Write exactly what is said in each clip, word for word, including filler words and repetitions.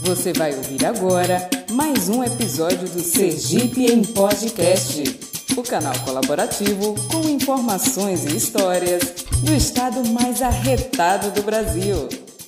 Você vai ouvir agora mais um episódio do Sergipe em Podcast, o canal colaborativo com informações e histórias do estado mais arretado do Brasil.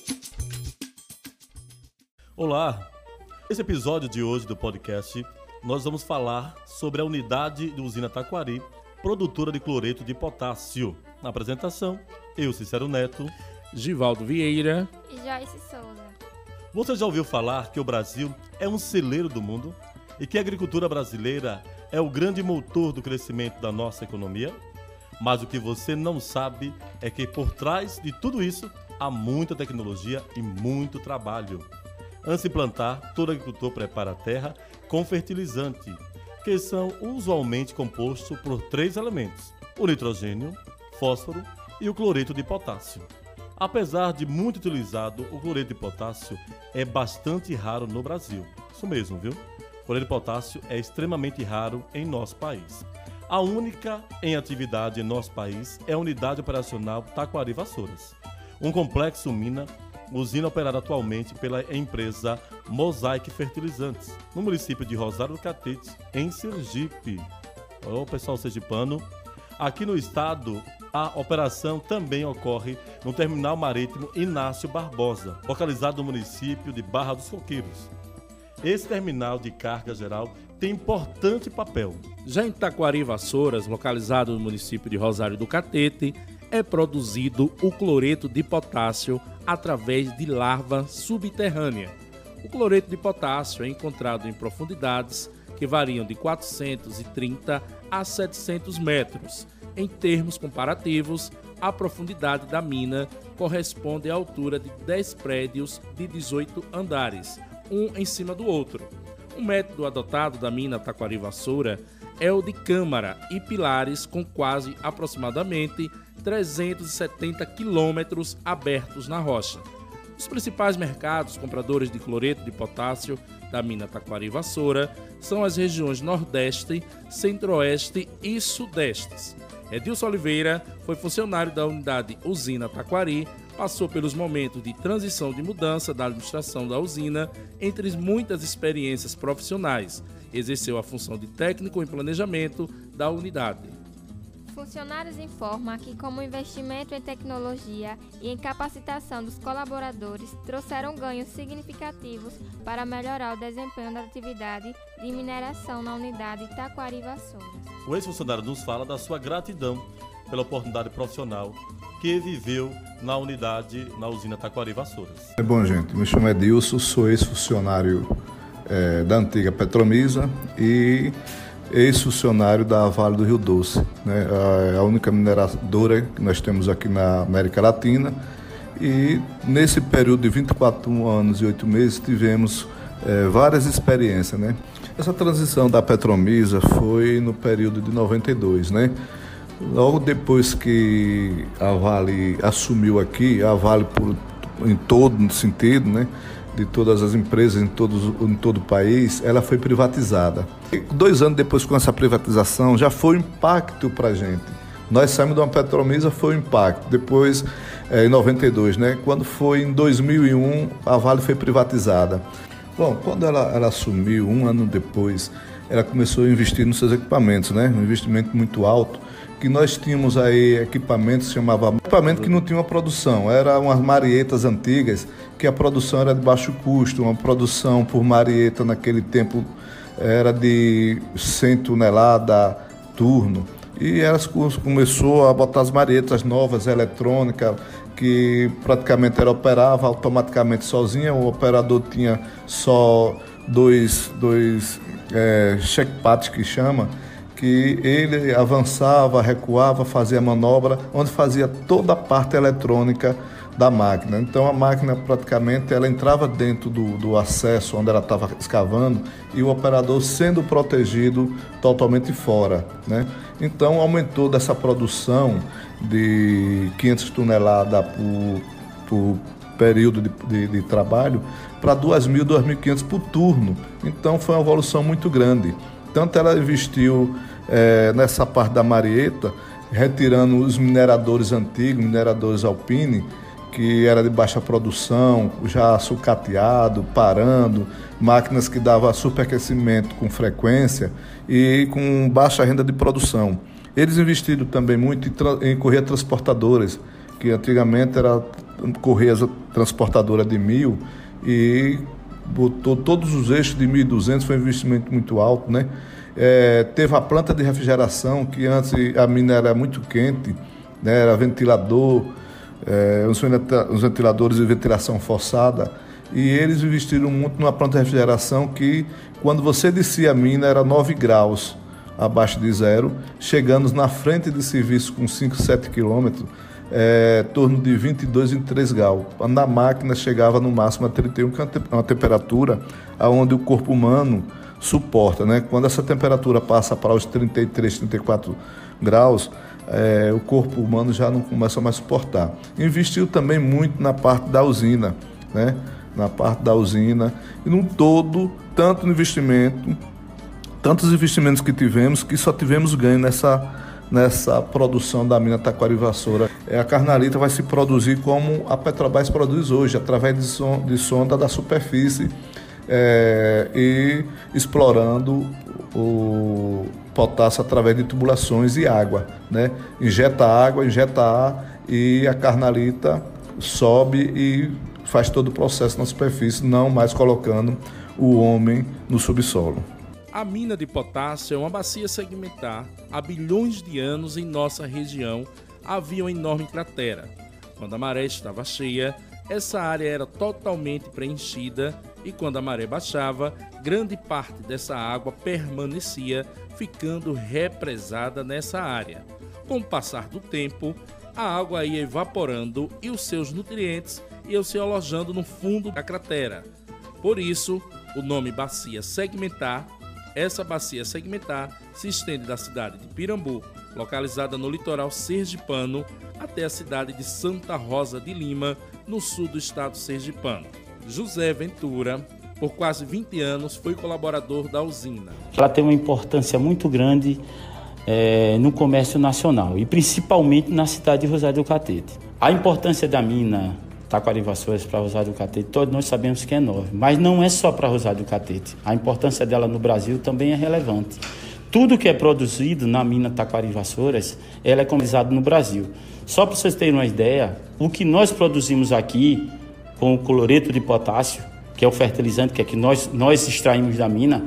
Olá! Nesse episódio de hoje do podcast, nós vamos falar sobre a unidade de usina Taquari, produtora de cloreto de potássio. Na apresentação, eu, Cícero Neto, Givaldo Vieira e Joyce Souza. Você já ouviu falar que o Brasil é um celeiro do mundo e que a agricultura brasileira é o grande motor do crescimento da nossa economia? Mas o que você não sabe é que por trás de tudo isso há muita tecnologia e muito trabalho. Antes de plantar, todo agricultor prepara a terra com fertilizante, que são usualmente compostos por três elementos: o nitrogênio, fósforo e o cloreto de potássio. Apesar de muito utilizado, o cloreto de potássio é bastante raro no Brasil. Isso mesmo, viu? O cloreto de potássio é extremamente raro em nosso país. A única em atividade em nosso país é a Unidade Operacional Taquari Vassouras, um complexo mina, usina operada atualmente pela empresa Mosaic Fertilizantes, no município de Rosário do Catete, em Sergipe. Ô, pessoal sergipano, aqui no estado, a operação também ocorre no terminal marítimo Inácio Barbosa, localizado no município de Barra dos Coqueiros. Esse terminal de carga geral tem importante papel. Já em Taquari Vassouras, localizado no município de Rosário do Catete, é produzido o cloreto de potássio através de larva subterrânea. O cloreto de potássio é encontrado em profundidades que variam de quatrocentos e trinta a setecentos metros. Em termos comparativos, a profundidade da mina corresponde à altura de dez prédios de dezoito andares, um em cima do outro. O método adotado da mina Taquari Vassoura é o de câmara e pilares com quase aproximadamente trezentos e setenta quilômetros abertos na rocha. Os principais mercados compradores de cloreto de potássio da mina Taquari Vassoura são as regiões Nordeste, Centro-Oeste e Sudestes. Edilson Oliveira foi funcionário da unidade Usina Taquari, passou pelos momentos de transição de mudança da administração da usina, entre muitas experiências profissionais. Exerceu a função de técnico em planejamento da unidade. Funcionários informam que, como investimento em tecnologia e em capacitação dos colaboradores, trouxeram ganhos significativos para melhorar o desempenho da atividade de mineração na unidade Taquari Vassouras. O ex-funcionário nos fala da sua gratidão pela oportunidade profissional que viveu na unidade, na usina Taquari Vassouras. É bom, gente. Me chamo Edilson, sou ex-funcionário é, da antiga Petromisa e ex-funcionário da Vale do Rio Doce, né? A única mineradora que nós temos aqui na América Latina. E nesse período de vinte e quatro anos e oito meses tivemos é, várias experiências, né? Essa transição da Petromisa foi no período de noventa e dois, né? Logo depois que a Vale assumiu aqui, a Vale por, em todo sentido, né? De todas as empresas em, todos, em todo o país, ela foi privatizada. E dois anos depois, com essa privatização, já foi um impacto para a gente. Nós saímos de uma Petromisa, foi um impacto. Depois, é, em noventa e dois, né? Quando foi em dois mil e um, a Vale foi privatizada. Bom, quando ela, ela assumiu, um ano depois, ela começou a investir nos seus equipamentos, né? Um investimento muito alto, que nós tínhamos aí equipamentos que chamava equipamento que não tinha uma produção, eram umas marietas antigas, que a produção era de baixo custo, uma produção por marieta naquele tempo era de cem toneladas turno. E elas começou a botar as marietas novas, eletrônicas, que praticamente era operava automaticamente sozinha, o operador tinha só dois, dois é, checkpads que chama, que ele avançava, recuava, fazia manobra, onde fazia toda a parte eletrônica da máquina. Então a máquina praticamente ela entrava dentro do, do acesso onde ela estava escavando e o operador sendo protegido totalmente fora, né? Então aumentou dessa produção de quinhentas toneladas por, por período de, de, de trabalho para duas mil, duas mil e quinhentas por turno. Então foi uma evolução muito grande. Tanto ela investiu é, nessa parte da marieta, retirando os mineradores antigos, mineradores Alpine, que era de baixa produção, já sucateado, parando, máquinas que davam superaquecimento com frequência e com baixa renda de produção. Eles investiram também muito em, tra- em correias transportadoras, que antigamente era correias transportadora de mil e botou todos os eixos de mil e duzentos, foi um investimento muito alto, né? É, teve a planta de refrigeração, que antes a mina era muito quente, né? Era ventilador, é, os, os ventiladores de ventilação forçada, e eles investiram muito numa planta de refrigeração que, quando você descia a mina, era nove graus abaixo de zero, chegando na frente de serviço com cinco, sete quilômetros, É, torno de vinte e dois, vinte e três graus. Na máquina chegava no máximo a trinta e um, que é uma temperatura onde o corpo humano suporta, né? Quando essa temperatura passa para os trinta e três, trinta e quatro graus, é, o corpo humano já não começa mais a suportar. Investiu também muito na parte da usina, né? Na parte da usina e num todo, tanto no investimento, tantos investimentos que tivemos, que só tivemos ganho nessa nessa produção da mina Taquari-Vassoura. A carnalita vai se produzir como a Petrobras produz hoje, através de, son, de sonda da superfície é, e explorando o potássio através de tubulações e água, né? Injeta água, injeta ar e a carnalita sobe e faz todo o processo na superfície, não mais colocando o homem no subsolo. A mina de potássio é uma bacia segmentar. Há bilhões de anos em nossa região havia uma enorme cratera. Quando a maré estava cheia, essa área era totalmente preenchida e quando a maré baixava, grande parte dessa água permanecia, ficando represada nessa área. Com o passar do tempo, a água ia evaporando e os seus nutrientes iam se alojando no fundo da cratera. Por isso, o nome bacia segmentar. Essa bacia segmentar se estende da cidade de Pirambu, localizada no litoral sergipano, até a cidade de Santa Rosa de Lima, no sul do estado sergipano. José Ventura, por quase vinte anos, foi colaborador da usina. Ela tem uma importância muito grande é, no comércio nacional e principalmente na cidade de Rosário do Catete. A importância da mina Taquari-Vassouras para Rosário do Catete, todos nós sabemos que é enorme, mas não é só para Rosário do Catete. A importância dela no Brasil também é relevante. Tudo que é produzido na mina Taquari-Vassouras, ela é comercializado no Brasil. Só para vocês terem uma ideia, o que nós produzimos aqui com o cloreto de potássio, que é o fertilizante que, é que nós, nós extraímos da mina,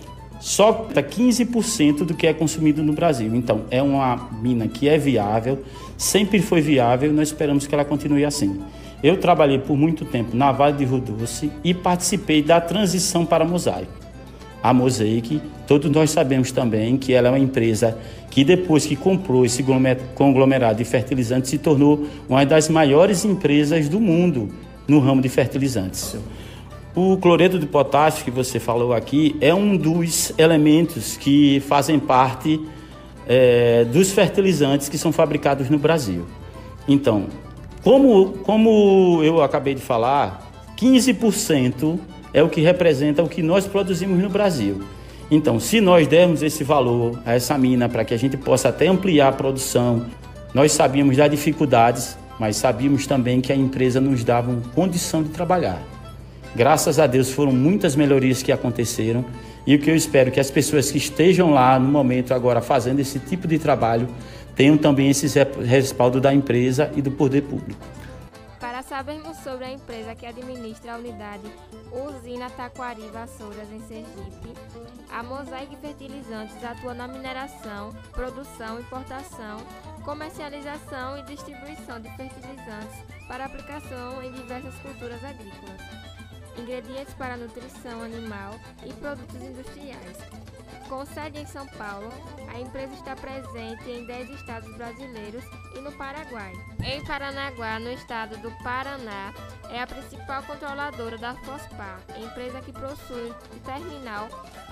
só quinze por cento do que é consumido no Brasil. Então, é uma mina que é viável, sempre foi viável e nós esperamos que ela continue assim. Eu trabalhei por muito tempo na Vale de Rio Doce e participei da transição para a Mosaic. A Mosaic, todos nós sabemos também que ela é uma empresa que depois que comprou esse conglomerado de fertilizantes se tornou uma das maiores empresas do mundo no ramo de fertilizantes. O cloreto de potássio que você falou aqui é um dos elementos que fazem parte é, dos fertilizantes que são fabricados no Brasil. Então, Como, como eu acabei de falar, quinze por cento é o que representa o que nós produzimos no Brasil. Então, se nós dermos esse valor a essa mina para que a gente possa até ampliar a produção, nós sabíamos das dificuldades, mas sabíamos também que a empresa nos dava uma condição de trabalhar. Graças a Deus foram muitas melhorias que aconteceram e o que eu espero que as pessoas que estejam lá no momento agora fazendo esse tipo de trabalho tenham também esse respaldo da empresa e do poder público. Para sabermos sobre a empresa que administra a unidade Usina Taquari-Vassouras em Sergipe, a Mosaic Fertilizantes atua na mineração, produção, importação, comercialização e distribuição de fertilizantes para aplicação em diversas culturas agrícolas, ingredientes para nutrição animal e produtos industriais. Com sede em São Paulo, a empresa está presente em dez estados brasileiros e no Paraguai. Em Paranaguá, no estado do Paraná, é a principal controladora da Fospar, empresa que possui um terminal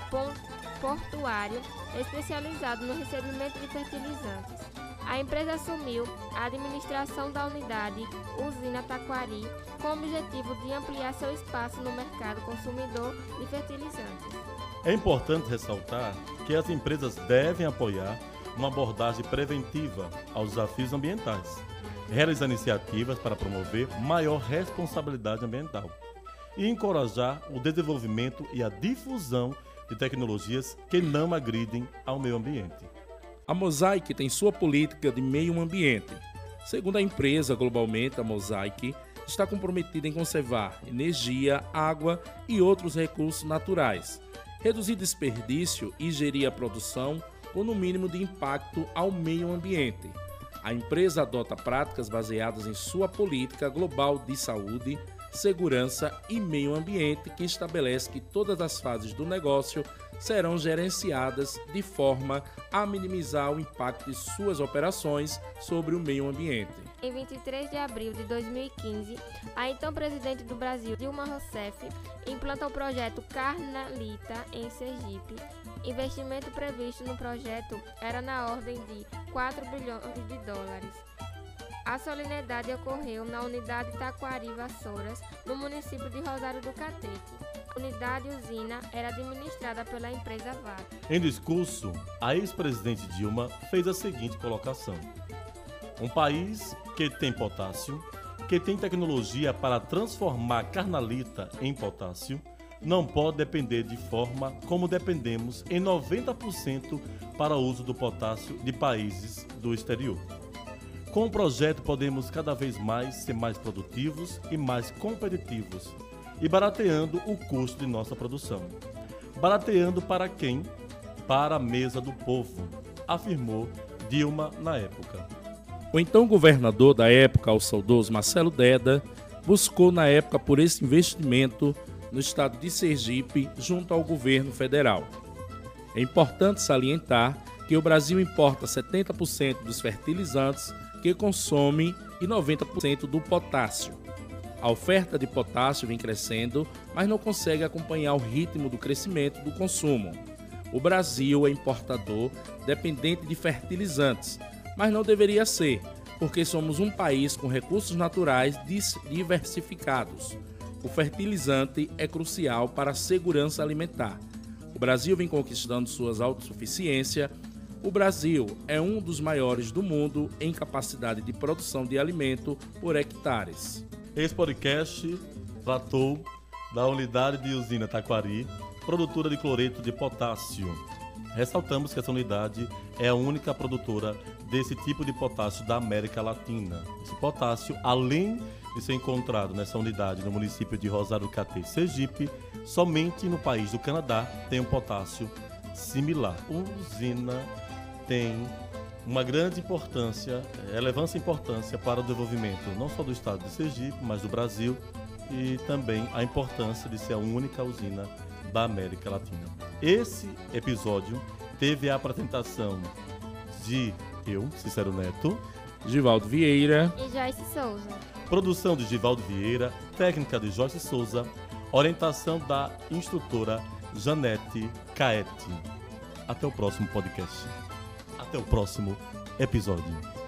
portuário especializado no recebimento de fertilizantes. A empresa assumiu a administração da unidade Usina Taquari com o objetivo de ampliar seu espaço no mercado consumidor de fertilizantes. É importante ressaltar que as empresas devem apoiar uma abordagem preventiva aos desafios ambientais, realizar iniciativas para promover maior responsabilidade ambiental e encorajar o desenvolvimento e a difusão de tecnologias que não agridem ao meio ambiente. A Mosaic tem sua política de meio ambiente. Segundo a empresa, globalmente, a Mosaic está comprometida em conservar energia, água e outros recursos naturais, reduzir desperdício e gerir a produção com no mínimo de impacto ao meio ambiente. A empresa adota práticas baseadas em sua política global de saúde, segurança e meio ambiente, que estabelece que todas as fases do negócio serão gerenciadas de forma a minimizar o impacto de suas operações sobre o meio ambiente. Em vinte e três de abril de dois mil e quinze, a então presidente do Brasil, Dilma Rousseff, implanta o projeto Carnalita em Sergipe. Investimento previsto no projeto era na ordem de quatro bilhões de dólares. A solenidade ocorreu na unidade Taquari Vassouras, no município de Rosário do Catete. A unidade usina era administrada pela empresa Vale. Em discurso, a ex-presidente Dilma fez a seguinte colocação: um país que tem potássio, que tem tecnologia para transformar carnalita em potássio, não pode depender de forma como dependemos em noventa por cento para o uso do potássio de países do exterior. Com o projeto podemos cada vez mais ser mais produtivos e mais competitivos e barateando o custo de nossa produção. Barateando para quem? Para a mesa do povo, afirmou Dilma na época. O então governador da época, o saudoso Marcelo Deda, buscou na época por esse investimento no estado de Sergipe junto ao governo federal. É importante salientar que o Brasil importa setenta por cento dos fertilizantes que consome e noventa por cento do potássio. A oferta de potássio vem crescendo, mas não consegue acompanhar o ritmo do crescimento do consumo. O Brasil é importador dependente de fertilizantes, mas não deveria ser, porque somos um país com recursos naturais diversificados. O fertilizante é crucial para a segurança alimentar. O Brasil vem conquistando sua autossuficiência. O Brasil é um dos maiores do mundo em capacidade de produção de alimento por hectares. Esse podcast tratou da unidade de usina Taquari, produtora de cloreto de potássio. Ressaltamos que essa unidade é a única produtora desse tipo de potássio da América Latina. Esse potássio, além de ser encontrado nessa unidade no município de Rosário do Catete, Sergipe, somente no país do Canadá tem um potássio similar. A usina tem uma grande importância, relevância e importância para o desenvolvimento não só do estado de Sergipe, mas do Brasil, e também a importância de ser a única usina da América Latina. Esse episódio teve a apresentação de eu, Cícero Neto, Givaldo Vieira e Joyce Souza. Produção de Givaldo Vieira, técnica de Joyce Souza, orientação da instrutora Janete Caete. Até o próximo podcast. Até o próximo episódio.